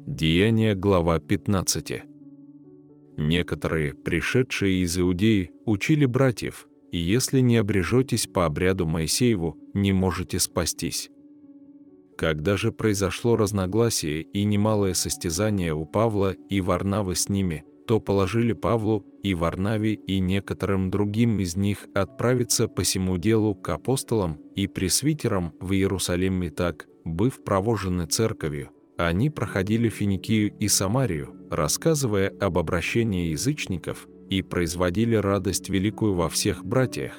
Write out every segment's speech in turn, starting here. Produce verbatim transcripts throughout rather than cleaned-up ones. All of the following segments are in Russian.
Деяния, глава пятнадцать. Некоторые, пришедшие из Иудеи, учили братьев: «И если не обрежетесь по обряду Моисееву, не можете спастись». Когда же произошло разногласие и немалое состязание у Павла и Варнавы с ними, то положили Павлу и Варнаве и некоторым другим из них отправиться по сему делу к апостолам и пресвитерам в Иерусалим. И так, быв провожены церковью, они проходили Финикию и Самарию, рассказывая об обращении язычников, и производили радость великую во всех братьях.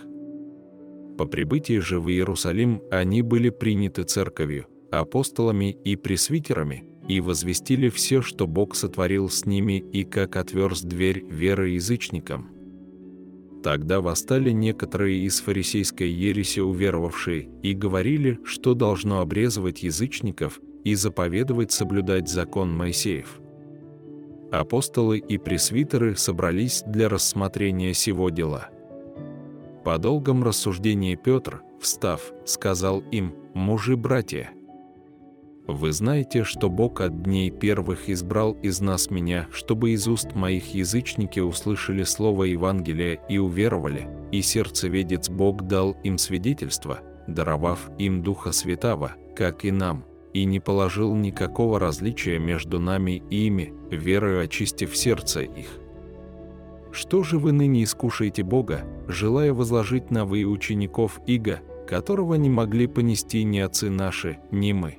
По прибытии же в Иерусалим они были приняты церковью, апостолами и пресвитерами, и возвестили все, что Бог сотворил с ними, и как отверз дверь веры язычникам. Тогда восстали некоторые из фарисейской ереси уверовавшие и говорили, что должно обрезывать язычников и заповедовать соблюдать закон Моисеев. Апостолы и пресвитеры собрались для рассмотрения сего дела. По долгом рассуждении Петр, встав, сказал им: «Мужи-братья, вы знаете, что Бог от дней первых избрал из нас меня, чтобы из уст моих язычники услышали слово Евангелия и уверовали, и сердцеведец Бог дал им свидетельство, даровав им Духа Святаго, как и нам, и не положил никакого различия между нами и ими, верою очистив сердце их. Что же вы ныне искушаете Бога, желая возложить на вы учеников иго, которого не могли понести ни отцы наши, ни мы?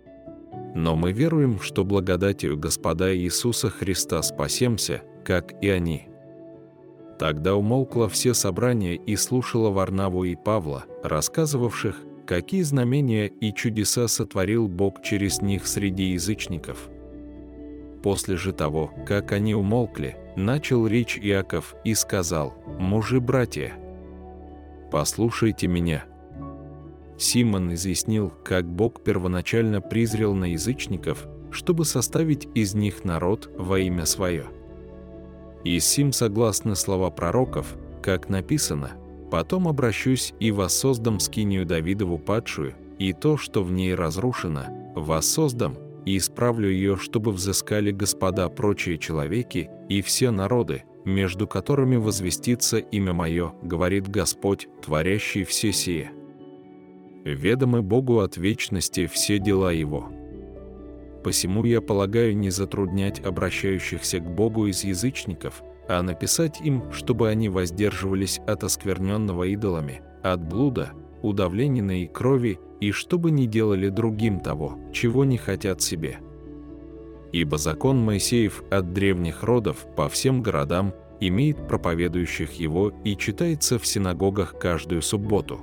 Но мы веруем, что благодатью Господа Иисуса Христа спасемся, как и они». Тогда умолкло все собрание и слушало Варнаву и Павла, рассказывавших, какие знамения и чудеса сотворил Бог через них среди язычников. После же того, как они умолкли, начал речь Иаков и сказал: «Мужи-братья, послушайте меня». Симон изъяснил, как Бог первоначально призрел на язычников, чтобы составить из них народ во имя свое. И сим согласны слова пророков, как написано: «Потом обращусь и воссоздам скинию Давидову падшую, и то, что в ней разрушено, воссоздам, и исправлю ее, чтобы взыскали Господа прочие человеки и все народы, между которыми возвестится имя мое, говорит Господь, творящий все сие. Ведомы Богу от вечности все дела Его. Посему я полагаю не затруднять обращающихся к Богу из язычников, а написать им, чтобы они воздерживались от оскверненного идолами, от блуда, удавленной крови, и чтобы не делали другим того, чего не хотят себе. Ибо закон Моисеев от древних родов по всем городам имеет проповедующих его и читается в синагогах каждую субботу».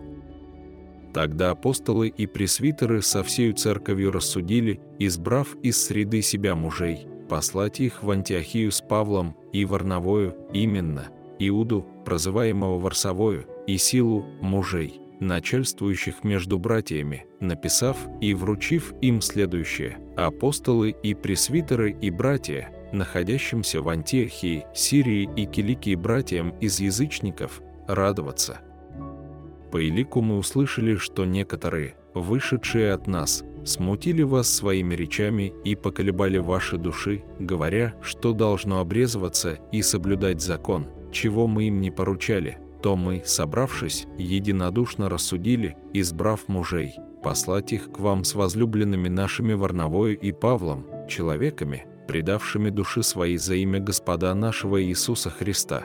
Тогда апостолы и пресвитеры со всею церковью рассудили, избрав из среды себя мужей, послать их в Антиохию с Павлом и Варнавою, именно Иуду, прозываемого Варсавою, и Силу, мужей, начальствующих между братьями, написав и вручив им следующее: апостолы и пресвитеры и братья, находящимся в Антиохии, Сирии и Киликии братьям из язычников, радоваться. По элику мы услышали, что некоторые, вышедшие от нас, смутили вас своими речами и поколебали ваши души, говоря, что должно обрезываться и соблюдать закон, чего мы им не поручали, то мы, собравшись, единодушно рассудили, избрав мужей, послать их к вам с возлюбленными нашими Варнавою и Павлом, человеками, предавшими души свои за имя Господа нашего Иисуса Христа.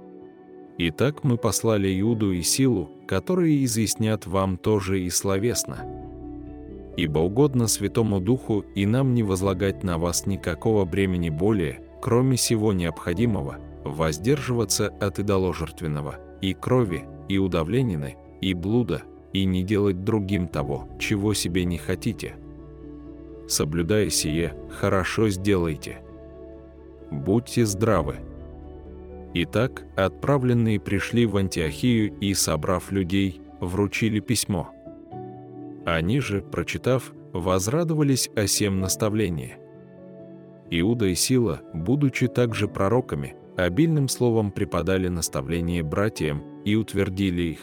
Итак, мы послали Иуду и Силу, которые изъяснят вам тоже и словесно. Ибо угодно Святому Духу и нам не возлагать на вас никакого бремени более, кроме сего необходимого, воздерживаться от идоложертвенного, и крови, и удавленины, и блуда, и не делать другим того, чего себе не хотите. Соблюдая сие, хорошо сделайте. Будьте здравы. Итак, отправленные пришли в Антиохию и, собрав людей, вручили письмо. Они же, прочитав, возрадовались о сем наставлении. Иуда и Сила, будучи также пророками, обильным словом преподали наставление братьям и утвердили их.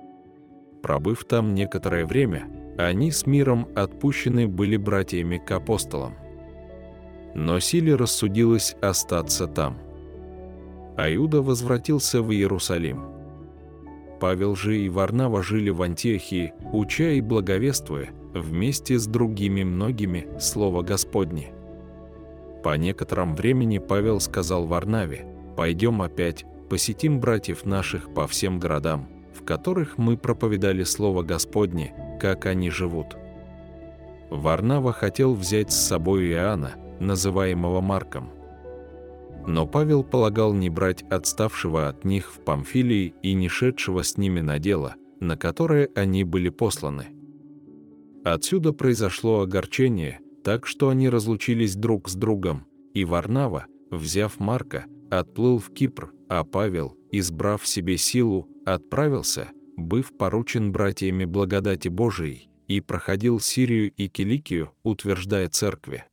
Пробыв там некоторое время, они с миром отпущены были братьями к апостолам. но Силе рассудилось остаться там. А Иуда возвратился в Иерусалим. Павел же и Варнава жили в Антиохии, уча и благовествуя, вместе с другими многими, слово Господне. По некотором времени Павел сказал Варнаве: «Пойдем опять, посетим братьев наших по всем городам, в которых мы проповедали слово Господне, как они живут». Варнава хотел взять с собой Иоанна, называемого Марком. Но Павел полагал не брать отставшего от них в Памфилии и не шедшего с ними на дело, на которое они были посланы. Отсюда произошло огорчение, так что они разлучились друг с другом, и Варнава, взяв Марка, отплыл в Кипр, а Павел, избрав себе силу, отправился, быв поручен братьями благодати Божией, и проходил Сирию и Киликию, утверждая церкви.